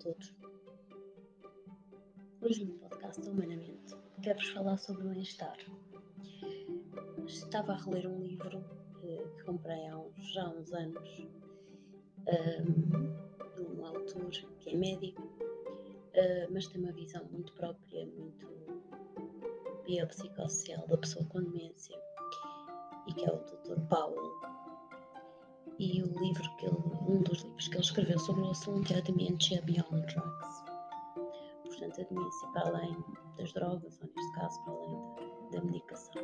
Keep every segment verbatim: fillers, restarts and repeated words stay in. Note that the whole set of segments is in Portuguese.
todos. Hoje no podcast Humanamente quero-vos falar sobre o bem-estar. Estava a reler um livro que, que comprei há uns, já há uns anos, um, de um autor que é médico, uh, mas tem uma visão muito própria, muito biopsicossocial da pessoa com demência, e que é o doutor Paulo. E o livro que ele, um dos livros que ele escreveu sobre o assunto é a Dementia Beyond Drugs. Portanto, a demência para além das drogas, ou neste caso para além da, da medicação.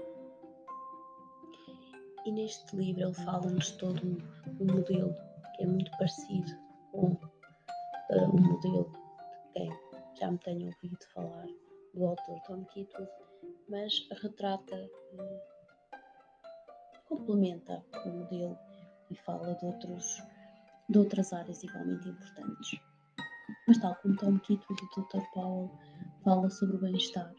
E neste livro ele fala-nos todo um, um modelo que é muito parecido com uh, um modelo de quem já me tenho ouvido falar, do autor Tom Kittle, mas retrata, uh, complementa o modelo e fala de, outros, de outras áreas igualmente importantes. Mas tal como Tom Kittle, o doutor Paulo fala sobre o bem-estar.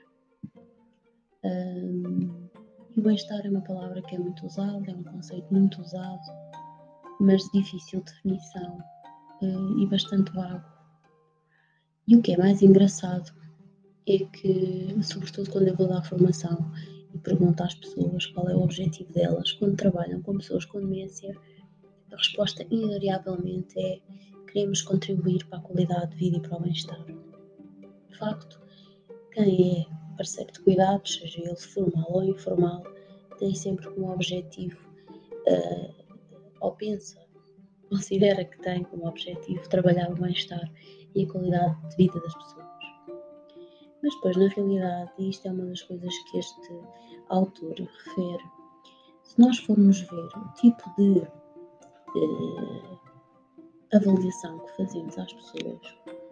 Um, e o bem-estar é uma palavra que é muito usada, é um conceito muito usado, mas de difícil definição uh, e bastante vago. E o que é mais engraçado é que, sobretudo quando eu vou dar formação e pergunto às pessoas qual é o objetivo delas quando trabalham com pessoas com demência, a resposta invariavelmente é: queremos contribuir para a qualidade de vida e para o bem-estar. De facto, quem é parceiro de cuidados, seja ele formal ou informal, tem sempre como objetivo, uh, ou pensa, considera que tem como objetivo trabalhar o bem-estar e a qualidade de vida das pessoas. Mas depois, na realidade, e isto é uma das coisas que este autor refere, se nós formos ver o tipo de uh, avaliação que fazemos às pessoas,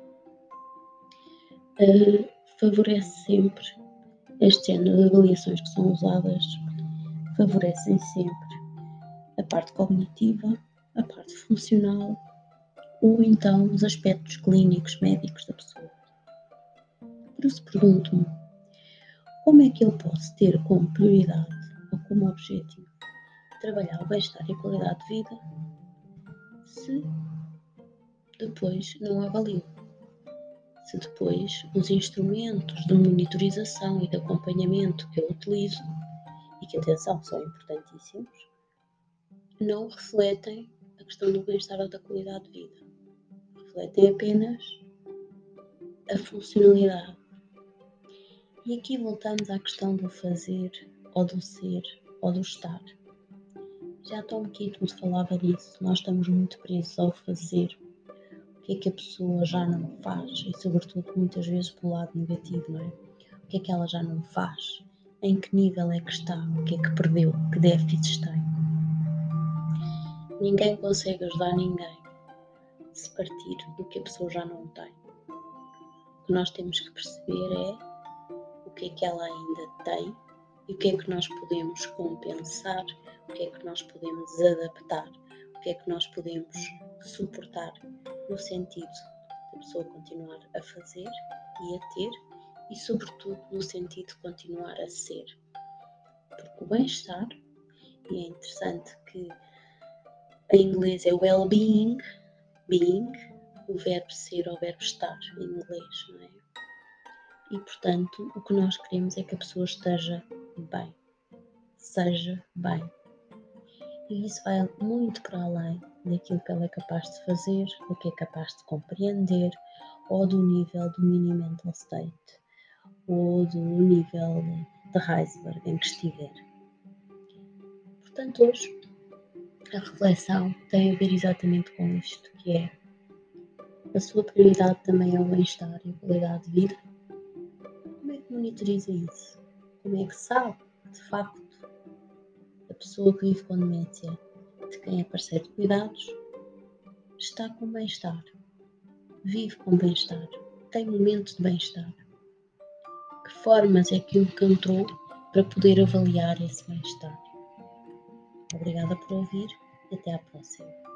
uh, favorece sempre este género de avaliações que são usadas, favorecem sempre a parte cognitiva, a parte funcional ou então os aspectos clínicos, médicos da pessoa. Por isso pergunto-me, como é que eu posso ter como prioridade ou como objetivo trabalhar o bem-estar e a qualidade de vida se depois não avalio? Se depois os instrumentos de monitorização e de acompanhamento que eu utilizo, e que, atenção, são importantíssimos, não refletem a questão do bem-estar ou da qualidade de vida. Refletem apenas a funcionalidade. E aqui voltamos à questão do fazer, ou do ser, ou do estar. Já Tom Kittle falava disso, nós estamos muito presos ao fazer. O que é que a pessoa já não faz? E sobretudo muitas vezes pelo lado negativo, não é? O que é que ela já não faz? Em que nível é que está? O que é que perdeu? Que déficits tem? Ninguém consegue ajudar ninguém se partir do que a pessoa já não tem. O que nós temos que perceber é o que é que ela ainda tem e o que é que nós podemos compensar, o que é que nós podemos adaptar, o que é que nós podemos suportar no sentido da pessoa continuar a fazer e a ter e sobretudo no sentido de continuar a ser. Porque o bem-estar, e é interessante que em inglês é well-being, being, o verbo ser ou o verbo estar em inglês, não é? E portanto o que nós queremos é que a pessoa esteja bem, seja bem. E isso vai muito para além daquilo que ela é capaz de fazer, do que é capaz de compreender, ou do nível do mini mental state, ou do nível de iceberg em que estiver. Portanto, hoje a reflexão tem a ver exatamente com isto, que é: a sua prioridade também é o bem-estar e a qualidade de vida? Como é que monitoriza isso? Como é que sabe que, de facto, a pessoa que vive com demência, de quem é parceiro de cuidados, está com bem-estar, vive com bem-estar, tem momentos de bem-estar? Que formas é que encontrou para poder avaliar esse bem-estar? Obrigada por ouvir e até à próxima.